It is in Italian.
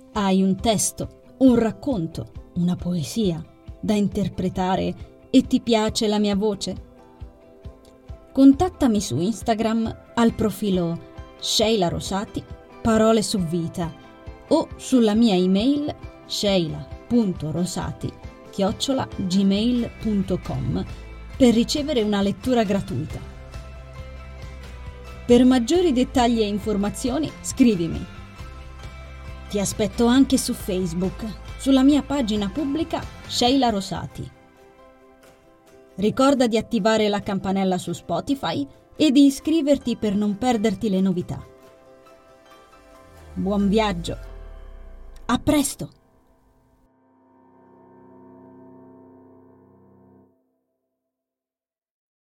Hai un testo, un racconto, una poesia da interpretare e ti piace la mia voce? Contattami su Instagram al profilo Sheila Rosati Parole su Vita o sulla mia email sheila.rosati@gmail.com per ricevere una lettura gratuita. Per maggiori dettagli e informazioni scrivimi. Ti aspetto anche su Facebook, sulla mia pagina pubblica Sheila Rosati. Ricorda di attivare la campanella su Spotify e di iscriverti per non perderti le novità. Buon viaggio! A presto!